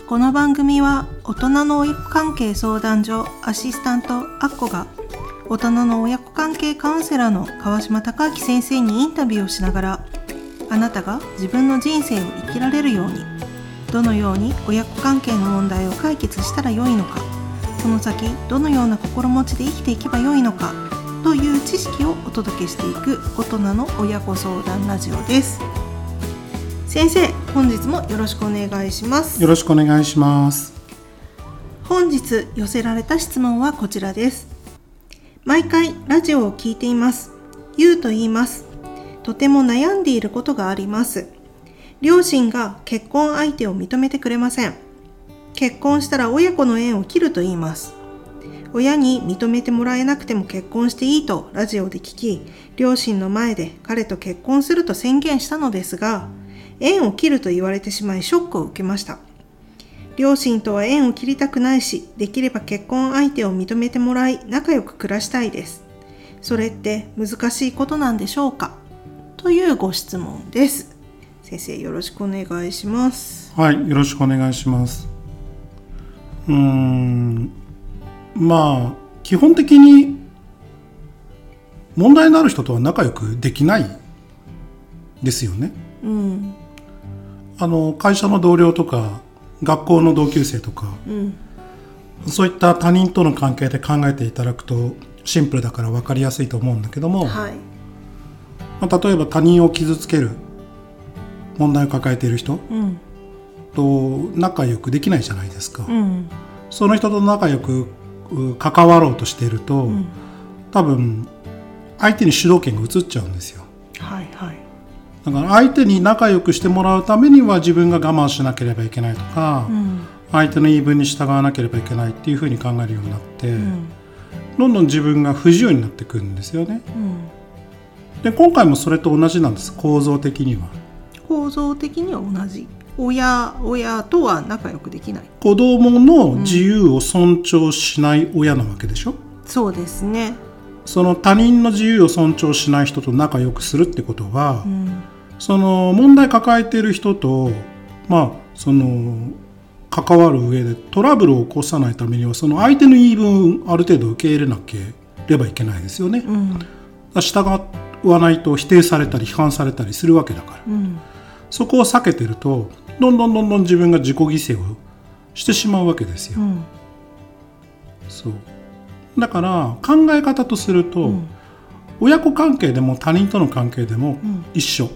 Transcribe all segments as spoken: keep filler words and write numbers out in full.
この番組は大人の親子関係相談所アシスタントアッコが大人の親子関係カウンセラーの川島隆明先生にインタビューをしながら、あなたが自分の人生を生きられるように、どのように親子関係の問題を解決したらよいのか、その先どのような心持ちで生きていけばよいのかという知識をお届けしていく大人の親子相談ラジオです。先生、本日もよろしくお願いします。 よろしくお願いします。 本日寄せられた質問はこちらです。毎回ラジオを聞いています。ゆうと言います。とても悩んでいることがあります。両親が結婚相手を認めてくれません。結婚したら親子の縁を切ると言います。親に認めてもらえなくても結婚していいとラジオで聞き、両親の前で彼と結婚すると宣言したのですが、縁を切ると言われてしまいショックを受けました。両親とは縁を切りたくないし、できれば結婚相手を認めてもらい仲良く暮らしたいです。それって難しいことなんでしょうか、というご質問です。先生、よろしくお願いします。 はい、よろしくお願いします。うーんまあ基本的に問題のある人とは仲良くできないですよね。 うん、 あの会社の同僚とか学校の同級生とか、 うん、そういった他人との関係で考えていただくとシンプルだから分かりやすいと思うんだけども、 はい、 まあ、例えば他人を傷つける問題を抱えている人と仲良くできないじゃないですか、 うん、 その人と仲良く関わろうとしていると、うん、多分相手に主導権が移っちゃうんですよ。 はいはい。 だから相手に仲良くしてもらうためには自分が我慢しなければいけないとか、うん、相手の言い分に従わなければいけないっていうふうに考えるようになって、うん、どんどん自分が不自由になってくるんですよね、うん、で今回もそれと同じなんです。構造的には構造的には同じ。親親とは仲良くできない。 子供の自由を尊重しない親なわけでしょ、うん、 そうですね。 その他人の自由を尊重しない人と仲良くするってことは、うん、その問題抱えている人と、まあ、その関わる上でトラブルを起こさないためにはその相手の言い分をある程度受け入れなければいけないですよね、うん、従わないと否定されたり批判されたりするわけだから、うん、そこを避けてるとどんどんどんどん自分が自己犠牲をしてしまうわけですよ、うん、そうだから考え方とすると、うん、親子関係でも他人との関係でも一緒、うん、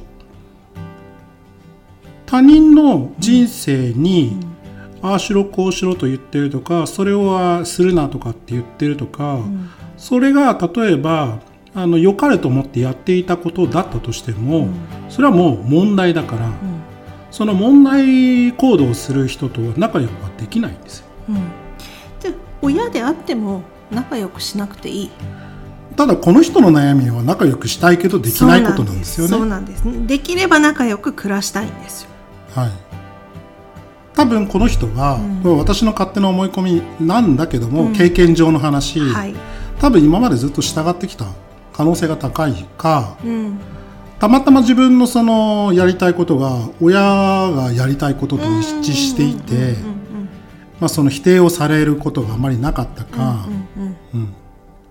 他人の人生に、うん、ああしろこうしろと言ってるとか、それはするなとかって言ってるとか、うん、それが例えばあの良かれと思ってやっていたことだったとしても、うん、それはもう問題だから、うん、その問題行動をする人と仲良くはできないんですよ、うん、 で親であっても仲良くしなくていい。 ただこの人の悩みは仲良くしたいけどできないことなんですよね。 そうなんです。そうなんです。できれば仲良く暮らしたいんですよ。 はい。多分この人は、うん、私の勝手な思い込みなんだけども、うん、経験上の話、はい、多分今までずっと従ってきた可能性が高いか、うん、たまたま自分のそのやりたいことが親がやりたいことと一致していて、まあ、その否定をされることがあまりなかったか、うんうんうんうん、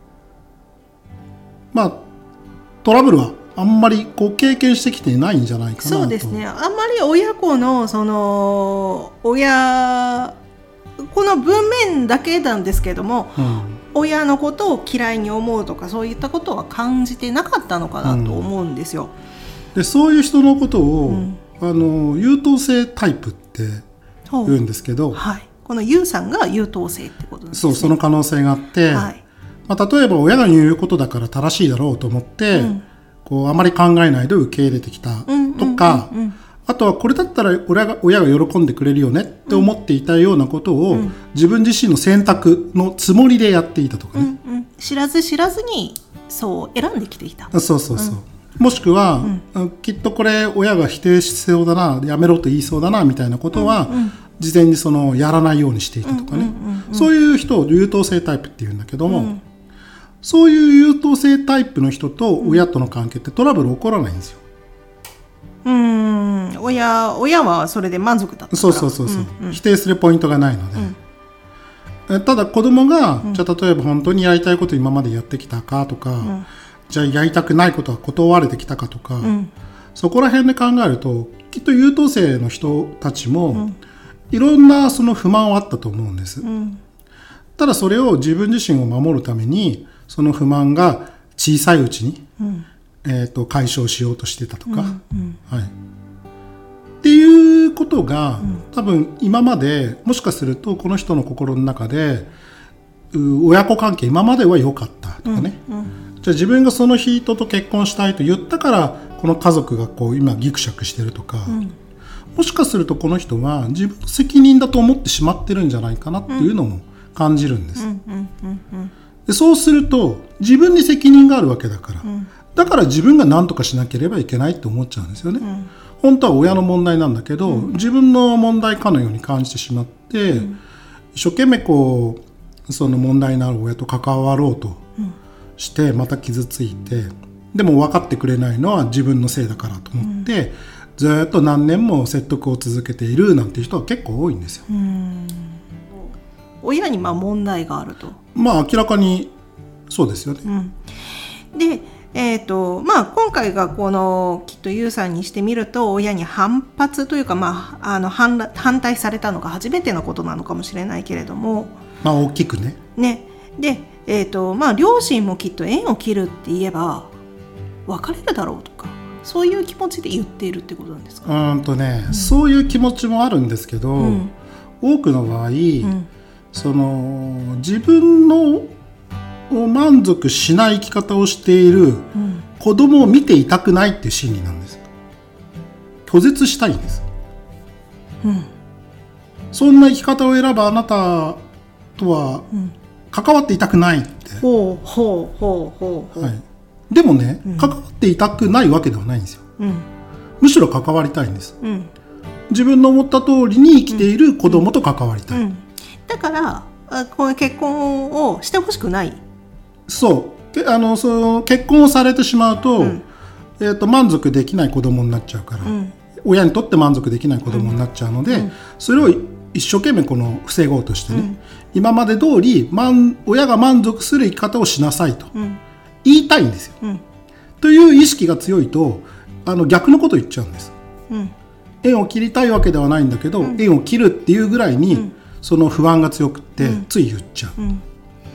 まあトラブルはあんまりこう経験してきていないんじゃないかなと。 そうですね。あんまり親子のその親この文面だけなんですけども、うん、親のことを嫌いに思うとかそういったことは感じてなかったのかなと思うんですよ、 うん、でそういう人のことを、うん、あの優等生タイプって言うんですけど、 はい、このユウさんが優等生ってことですね。 そう、その可能性があって、はい、まあ、例えば親が言うことだから正しいだろうと思って、うん、こうあまり考えないで受け入れてきたとか、うんうんうんうん、あとはこれだったら親が、親が喜んでくれるよねって思っていたようなことを、うん、自分自身の選択のつもりでやっていたとかね、 うんうん、知らず知らずにそう選んできていた。 そうそうそう、うん、もしくは、うん、きっとこれ親が否定しそうだな、やめろと言いそうだなみたいなことは、うんうん、事前にそのやらないようにしていたとかね、うんうんうんうん、そういう人を優等生タイプっていうんだけども、うん、そういう優等生タイプの人と親との関係ってトラブル起こらないんですよ。 うーん、 親親はそれで満足だったから。 そうそうそうそう、 うんうん、 否定するポイントがないので、うん、ただ子供が、うん、じゃあ例えば本当にやりたいこと今までやってきたかとか、うん、じゃあやりたくないことは断れてきたかとか、うん、そこら辺で考えるときっと優等生の人たちも、うん、いろんなその不満はあったと思うんです、うん、ただそれを自分自身を守るためにその不満が小さいうちに、うんえー、と解消しようとしてたとか、うんうんはい、っていうことが、うん、多分今までもしかするとこの人の心の中で親子関係今までは良かったとかね、うんうん、じゃあ自分がその人と結婚したいと言ったからこの家族がこう今ギクシャクしてるとか、うん、もしかするとこの人は自分の責任だと思ってしまってるんじゃないかなっていうのも感じるんです、うんうんうんうん、でそうすると自分に責任があるわけだから、うん、だから自分が何とかしなければいけないって思っちゃうんですよね、うん、本当は親の問題なんだけど、うん、自分の問題かのように感じてしまって、うん、一生懸命こうその問題のある親と関わろうとしてまた傷ついて、でも分かってくれないのは自分のせいだからと思って、うん、ずっと何年も説得を続けているなんていう人は結構多いんですよ。うん、 親にまあ問題があると。 まあ明らかにそうですよね。 うん、で、えーとまあ、今回がこのきっとユウさんにしてみると親に反発というか、まあ、あの 反, 反対されたのが初めてのことなのかもしれないけれども、 まあ大きくね。 ねで、えーとまあ、両親もきっと縁を切るって言えば別れるだろうとかそういう気持ちで言っているってことなんですか？ うんとね、うん、そういう気持ちもあるんですけど、うん、多くの場合、うん、その自分の満足しない生き方をしている子供を見ていたくないっていう心理なんです。拒絶したいんです、うん、そんな生き方を選ぶあなたとは関わっていたくないって、 うん、ほうほうほうほうほう、 はい、でもね、うん、関わっていたくないわけではないんですよ、うん、むしろ関わりたいんです、うん、自分の思った通りに生きている子供と関わりたい、うんうん、 だからこの結婚をしてほしくない。 そうあのその結婚をされてしまうと、うんえー、と満足できない子供になっちゃうから、うん、親にとって満足できない子供になっちゃうので、うん、それを一生懸命この防ごうとしてね、うん、今まで通り親が満足する生き方をしなさいと、うん、言いたいんですよ、うん、という意識が強いとあの逆のことを言っちゃうんです、うん、縁を切りたいわけではないんだけど、うん、縁を切るっていうぐらいに、うん、その不安が強くって、うん、つい言っちゃう、うん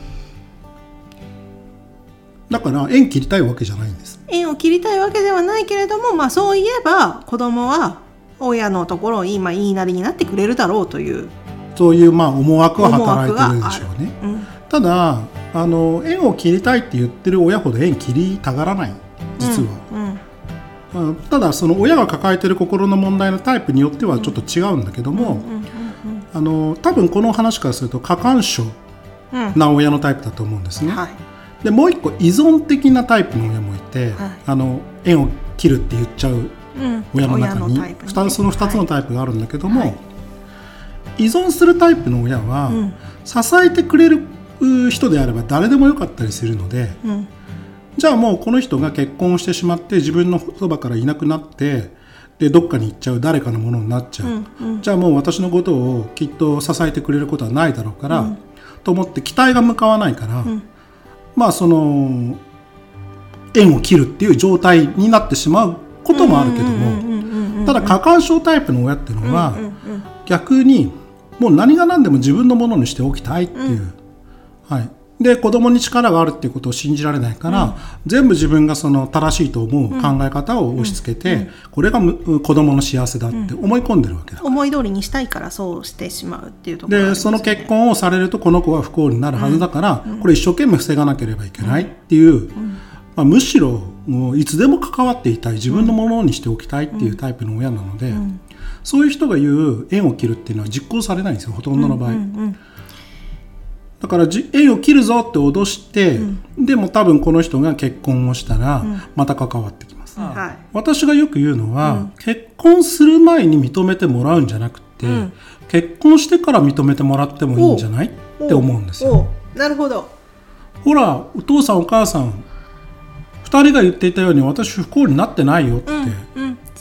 だから縁切りたいわけじゃないんです。 縁を切りたいわけではないけれども、まあ、そういえば子供は親のところを今言いなりになってくれるだろうというそういうまあ思惑は働いてるでしょうね、うん、ただあの縁を切りたいって言ってる親ほど縁切りたがらない実は、うんうん、ただその親が抱えてる心の問題のタイプによってはちょっと違うんだけども、あの多分この話からすると過干渉な親のタイプだと思うんですね、うんはいでもう一個依存的なタイプの親もいて、はい、あの縁を切るって言っちゃう親の中に、うんね、ふたつそのふたつのタイプがあるんだけども、はい、依存するタイプの親は、うん、支えてくれる人であれば誰でもよかったりするので、うん、じゃあもうこの人が結婚してしまって自分のそばからいなくなってでどっかに行っちゃう誰かのものになっちゃう、うんうん、じゃあもう私のことをきっと支えてくれることはないだろうから、うん、と思って期待が向かわないから、うんまあその縁を切るっていう状態になってしまうこともあるけども、ただ過干渉タイプの親っていうのは逆にもう何が何でも自分のものにしておきたいっていう、うんはい、で子供に力があるっていうことを信じられないから、うん、全部自分がその正しいと思う考え方を押し付けて、うんうん、これが子供の幸せだって思い込んでるわけだ、うん、 思い通りにしたいからそうしてしまうっていうところがありますよね。 でその結婚をされるとこの子は不幸になるはずだから、うん、これ一生懸命防がなければいけないっていう、うんまあ、むしろもういつでも関わっていたい自分のものにしておきたいっていうタイプの親なので、うん、そういう人が言う縁を切るっていうのは実行されないんですよほとんどの場合、うんうんうんだから縁を切るぞって脅して、うん、でも多分この人が結婚をしたらまた関わってきます、うんはい、私がよく言うのは、うん、結婚する前に認めてもらうんじゃなくて、うん、結婚してから認めてもらってもいいんじゃないって思うんですよ。 なるほど。 ほらお父さんお母さんふたりが言っていたように私不幸になってないよって、 うんうん、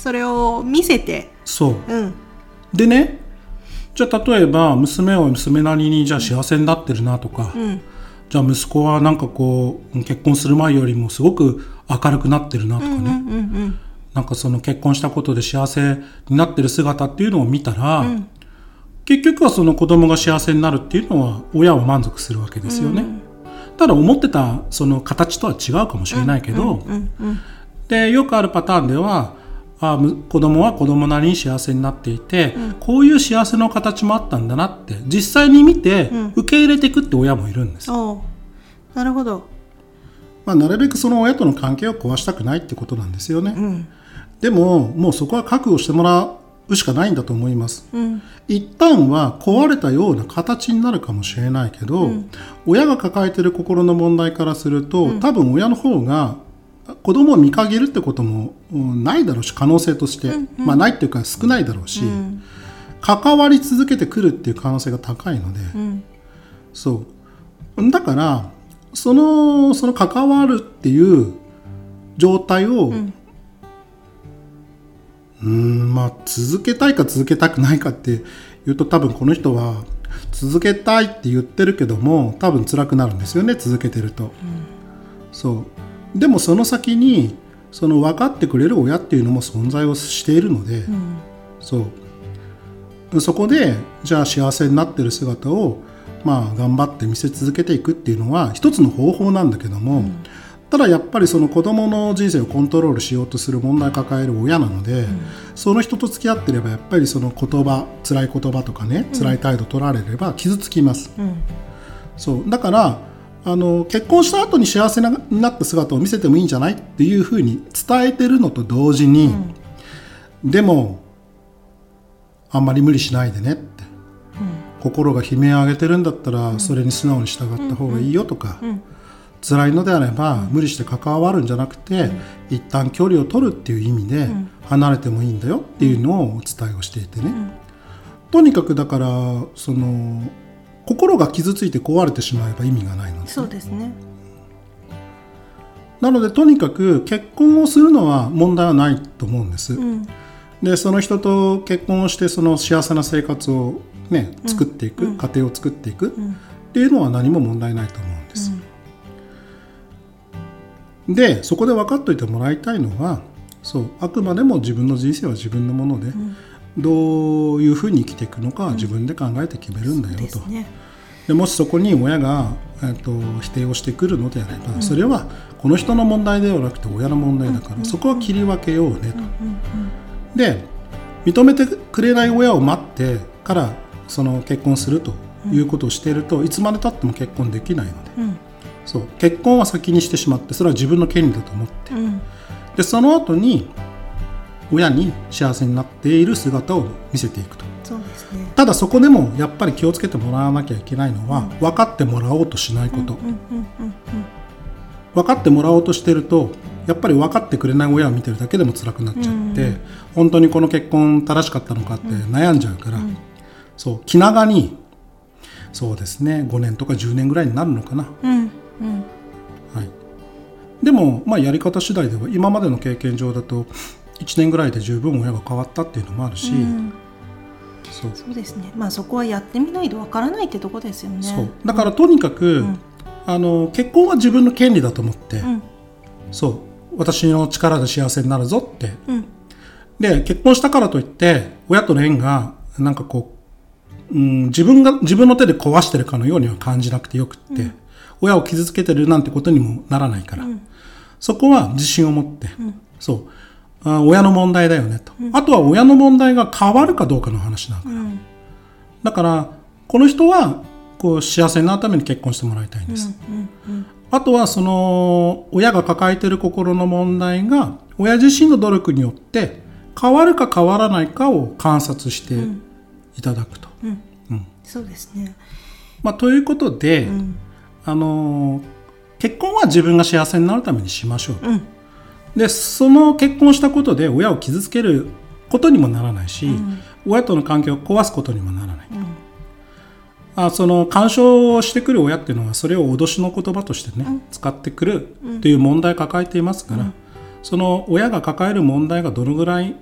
それを見せて、 そう、 うん、 でね、じゃあ例えば娘は娘なりにじゃあ幸せになってるなとか、 うん、 じゃあ息子はなんかこう結婚する前よりもすごく明るくなってるなとかね、 うんうんうんうん、 なんかその結婚したことで幸せになってる姿っていうのを見たら、うん、結局はその子供が幸せになるっていうのは親は満足するわけですよね、うん、ただ思ってたその形とは違うかもしれないけど、うんうんうんうん、でよくあるパターンではあ子供は子供なりに幸せになっていて、うん、こういう幸せの形もあったんだなって実際に見て受け入れていくって親もいるんです、 うん、なるほど、 まあ、なるべくその親との関係を壊したくないってことなんですよね、うん、でももうそこは覚悟してもらうしかないんだと思います、うん、一旦は壊れたような形になるかもしれないけど、うん、親が抱えている心の問題からすると、うん、多分親の方が子供を見限るってこともないだろうし、可能性として、うんうん、まあないっていうか少ないだろうし、うん、関わり続けてくるっていう可能性が高いので、うん、そうだからそのその関わるっていう状態を、うん、うーんまあ続けたいか続けたくないかっていうと、多分この人は続けたいって言ってるけども多分辛くなるんですよね、続けてると、うん、そうでもその先にその分かってくれる親っていうのも存在をしているので、うん、そうそこでじゃあ幸せになってる姿をまあ頑張って見せ続けていくっていうのは一つの方法なんだけども、うん、ただやっぱりその子供の人生をコントロールしようとする問題を抱える親なので、うん、その人と付き合ってればやっぱりその言葉辛い言葉とかね、辛い態度取られれば傷つきます、うん、そうだからあの結婚した後に幸せになった姿を見せてもいいんじゃないっていうふうに伝えてるのと同時に、うん、でもあんまり無理しないでねって、うん、心が悲鳴を上げてるんだったらそれに素直に従った方がいいよとか、うんうん、辛いのであれば無理して関わるんじゃなくて、うん、一旦距離を取るっていう意味で離れてもいいんだよっていうのをお伝えをしていてね、うん、とにかくだからその心が傷ついて壊れてしまえば意味がないので、 そうですね。 なのでとにかく結婚をするのは問題はないと思うんです、うん、でその人と結婚をしてその幸せな生活を、ね、作っていく、うん、家庭を作っていくっていうのは何も問題ないと思うんです、うん、でそこで分かっておいてもらいたいのは、そうあくまでも自分の人生は自分のもので、うんどういうふうに生きていくのかは自分で考えて決めるんだよと、うんね、でもしそこに親が、えっと、否定をしてくるのであれば、うん、それはこの人の問題ではなくて親の問題だから、うん、そこは切り分けようねと、うん、で認めてくれない親を待ってからその結婚するということをしていると、いつまでたっても結婚できないので、うん、そう結婚は先にしてしまって、それは自分の権利だと思って、うん、でその後に親に幸せになっている姿を見せていくと。 そうですね。 ただそこでもやっぱり気をつけてもらわなきゃいけないのは、うん、分かってもらおうとしないこと、分かってもらおうとしてるとやっぱり分かってくれない親を見てるだけでも辛くなっちゃって、うん、本当にこの結婚正しかったのかって悩んじゃうから、うん、そう気長にそうですねごねんとかじゅうねんぐらいになるのかな、うんうん、はい、でも、まあ、やり方次第では今までの経験上だといちねんぐらいで十分親が変わったっていうのもあるし、うん、 そう、そうですね、まあ、そこはやってみないとわからないってとこですよね。 そうだからとにかく、うん、あの結婚は自分の権利だと思って、うん、そう私の力で幸せになるぞって、うん、で結婚したからといって親との縁がなんかこう、うん、自分が自分の手で壊してるかのようには感じなくてよくって、うん、親を傷つけてるなんてことにもならないから、うん、そこは自信を持って、うん、そうあ親の問題だよねと、うん、あとは親の問題が変わるかどうかの話だから、うん、だからこの人はこう幸せになるために結婚してもらいたいんです、うんうんうん、あとはその親が抱えている心の問題が親自身の努力によって変わるか変わらないかを観察していただくと、うんうん、 そうですね、 まあ、ということで、うん、あの結婚は自分が幸せになるためにしましょうと、うんでその結婚したことで親を傷つけることにもならないし、うん、親との関係を壊すことにもならない、うん、あその干渉をしてくる親っていうのはそれを脅しの言葉としてね、うん、使ってくるという問題を抱えていますから、うん、その親が抱える問題がどのぐらい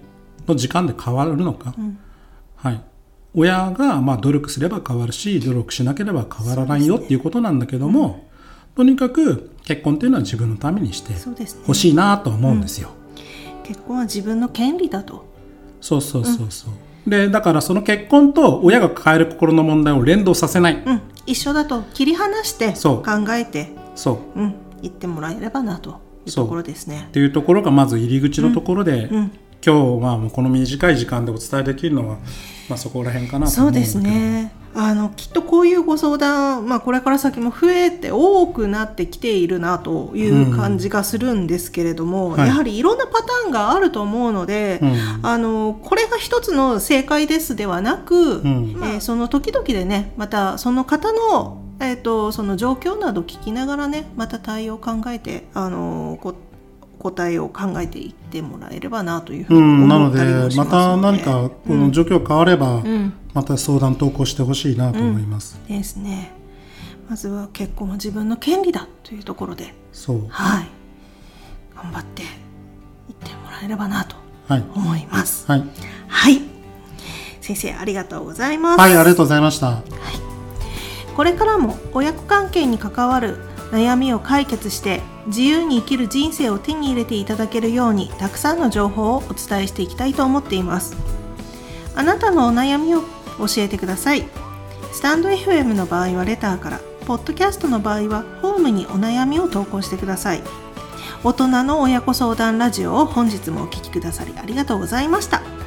の時間で変わるのか、 うん、 はい、親がまあ努力すれば変わるし努力しなければ変わらないよっていうことなんだけども、ね、うん、とにかく結婚っていうのは自分のためにしてほしいなと思うんですよ、 うん、結婚は自分の権利だと。 そうそうそうそう、うん、でだからその結婚と親が抱える心の問題を連動させない、 うん、一緒だと切り離して考えてそう、うん、 言ってもらえればなというところですね。 っていうところがまず入り口のところで、 うんうん、 今日はもうこの短い時間でお伝えできるのは、まあ、そこら辺かなと思うんだけど。 そうですね、あのきっとこういうご相談、まあ、これから先も増えて多くなってきているなという感じがするんですけれども、うん、やはりいろんなパターンがあると思うので、はい、あのこれが一つの正解ですではなく、うん、えー、その時々でね、またその方の、えーと、その状況など聞きながらね、また対応を考えて、あのこ答えを考えていってもらえればなというふうに思ったりもしますので、うん、なのでまた何かこの状況変われば、うん、また相談投稿してほしいなと思います、 うん、ですね。まずは結婚は自分の権利だというところで、 そう、 はい、頑張っていってもらえればなと思います、 はいはいはい、先生ありがとうございます。 はい、ありがとうございました、はい、 これからも親子関係に関わる悩みを解決して自由に生きる人生を手に入れていただけるようにたくさんの情報をお伝えしていきたいと思っています。あなたのお悩みを教えてください。スタンド エフエム の場合はレターから、ポッドキャストの場合はホームにお悩みを投稿してください。大人の親子相談ラジオを本日もお聞きくださりありがとうございました。